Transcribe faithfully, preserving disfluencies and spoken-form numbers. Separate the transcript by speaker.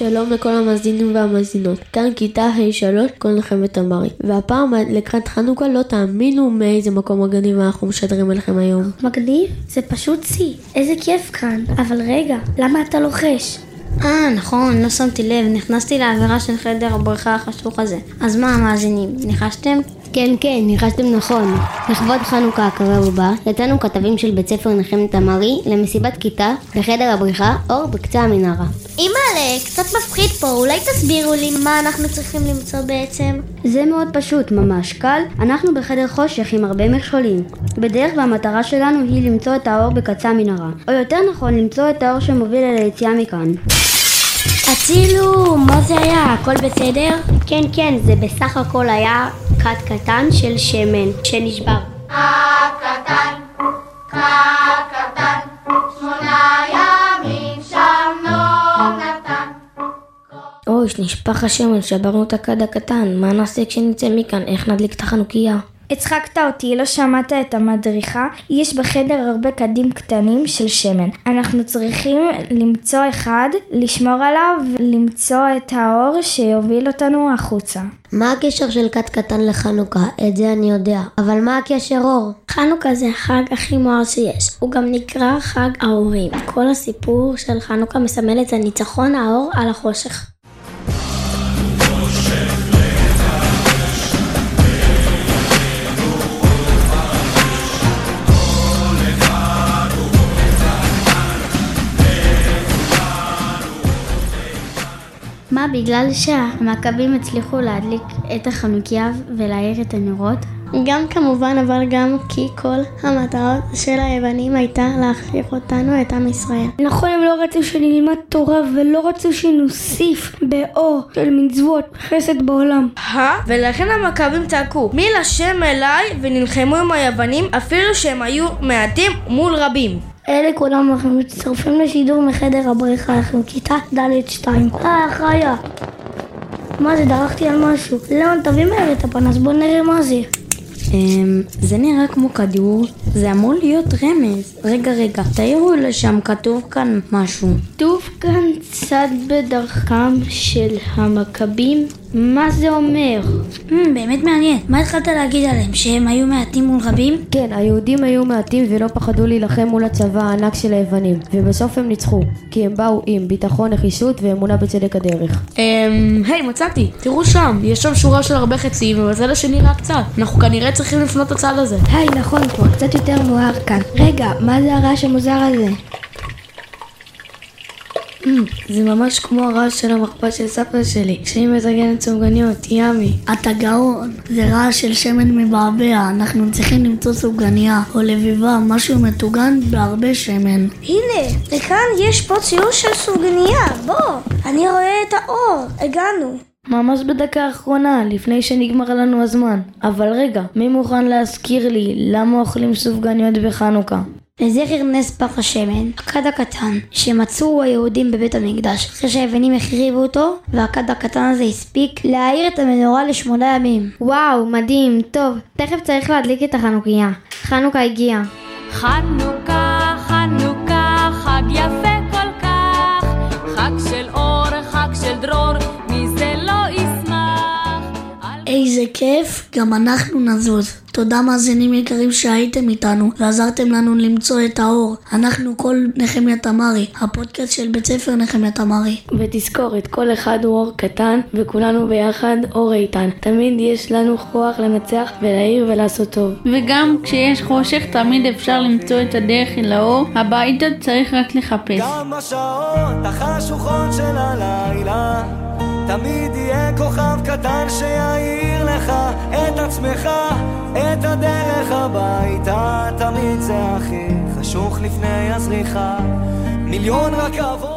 Speaker 1: שלום לכל המאזינים והמאזינות, כאן כיתה ה' שלוש, כל נחמת תמרי. והפעם לקראת חנוכה לא תאמינו מאיזה מקום מגניב אנחנו משדרים אליכם היום.
Speaker 2: מגניב? זה פשוט צי, איזה כיף כאן. אבל רגע, למה אתה לוחש?
Speaker 3: אה, נכון, לא שמתי לב, נכנסתי לעבירה של חדר הבריכה החשוך הזה. אז מה המאזינים, ניחשתם?
Speaker 4: כן, כן, ניחשתם נכון. לכבוד חנוכה הקרב ובא, יצאנו כתבים של בית ספר נחמת תמרי למסיבת כיתה בחדר הבריכה אור בקצה המנהרה.
Speaker 2: אימא'לה, קצת מפחיד פה, אולי תסבירו לי מה אנחנו צריכים למצוא בעצם?
Speaker 4: זה מאוד פשוט, ממש קל. אנחנו בחדר חושך עם הרבה מכשולים. בדרך והמטרה שלנו היא למצוא את האור בקצה המנהרה. או יותר נכון, למצוא את האור שמוביל אל היציאה מכאן.
Speaker 2: הצילו, מה זה היה? הכל בסדר?
Speaker 4: כן, כן, זה בסך הכל היה קט קטן של שמן שנשבר.
Speaker 5: קט קטן, קט קטן, שמונה ימים שם לא נתן.
Speaker 1: אוי, נשפך השמן, שברנו את הכד הקטן. מה נעשה כשנצא מכאן? איך נדליק את החנוכיה?
Speaker 6: הצחקת אותי, לא שמעת את המדריכה. יש בחדר הרבה קדים קטנים של שמן. אנחנו צריכים למצוא אחד, לשמור עליו, למצוא את האור שיוביל אותנו החוצה.
Speaker 1: מה הקשר של קד קטן לחנוכה? את זה אני יודע. אבל מה הקשר אור?
Speaker 2: חנוכה זה החג הכי מואר שיש. הוא גם נקרא חג האורים. כל הסיפור של חנוכה מסמל את הניצחון האור על החושך.
Speaker 4: מה, בגלל שהמכבים הצליחו להדליק את החנוכיה ולהאיר את הנרות?
Speaker 2: גם כמובן, אבל גם כי כל המטרות של היוונים הייתה להחליף אותנו, את עם ישראל.
Speaker 6: נכון, הם לא רצו שנלמד תורה ולא רצו שנוסיף באור של מצוות חסד בעולם.
Speaker 7: אה? ולכן המכבים צעקו מי לשם אליי ונלחמו עם היוונים אפילו שהם היו מעטים מול רבים.
Speaker 2: אלה כולם אנחנו מצטרפים לשידור מחדר הבריכה, אנחנו כיתה ד' שתיים. אה, חיה. מה זה, דרכתי על משהו. ליאון, תביא מהר את הפנס, בוא נראה מה זה.
Speaker 3: זה נראה כמו כדור, זה אמור להיות רמז. רגע רגע, תראו לשם, כתוב כאן משהו.
Speaker 4: כתוב כאן צד בדרכם של המכבים. מה זה אומר?
Speaker 3: Hmm, באמת מעניין. מה התחלת להגיד עליהם? שהם היו מעטים מול רבים?
Speaker 1: כן, היהודים היו מעטים ולא פחדו להילחם מול הצבא הענק של היוונים. ובסוף הם ניצחו, כי הם באו עם ביטחון, נחישות ואמונה בצדק הדרך.
Speaker 7: אממ, היי, מצאתי. תראו שם, יש שם שורה של הרבה חצים, ובצד השני רק קצת. אנחנו כנראה צריכים לפנות את הצד הזה.
Speaker 6: היי, נכון, כבר קצת יותר מואר כאן. רגע, מה זה הרעש המוזר הזה?
Speaker 1: זה ממש כמו הרעש של המחבת של סבתא שלי, כשהיא מזגנת סופגניות, ימי.
Speaker 2: אתה גאון, זה רעש של שמן מבעבע, אנחנו צריכים למצוא סופגניה או לביבה, משהו מטוגן בהרבה שמן.
Speaker 6: הנה, לכאן יש פה ציור של סופגניה, בוא, אני רואה את האור, הגענו.
Speaker 1: ממש בדקה האחרונה, לפני שנגמר לנו הזמן. אבל רגע, מי מוכן להזכיר לי למה אוכלים סופגניות בחנוכה?
Speaker 2: לזכר נס פח השמן, הכד הקטן שמצאו היהודים בבית המקדש אחרי שהיוונים החריבו אותו, והכד הקטן הזה הספיק להאיר את המנורה לשמונה ימים.
Speaker 4: וואו, מדהים. טוב, תכף צריך להדליק את החנוכיה. חנוכה הגיע.
Speaker 5: חנוכה, חנוכה, חג יפה כל כך, חג של אור, חג של דרור, מי זה לא ישמח.
Speaker 2: איזה כיף, גם אנחנו נזוז. תודה מאזינים יקרים שהייתם איתנו ועזרתם לנו למצוא את האור. אנחנו כל נחמת תמרי, הפודקאסט של בית ספר נחמת תמרי.
Speaker 1: ותזכורת, כל אחד הוא אור קטן וכולנו ביחד אור איתן. תמיד יש לנו כוח לנצח ולהעיר ולעשות טוב.
Speaker 8: וגם כשיש חושך תמיד אפשר למצוא את הדרך אל האור. הביתה צריך רק לחפש.
Speaker 9: גם בשעות החשוכות של הלילה תמיד יהיה כוכב קטן שיעיר לך את עצמך, את הדרך הביתה. תמיד זה הכי חשוך לפני הזריחה, מיליון רכבות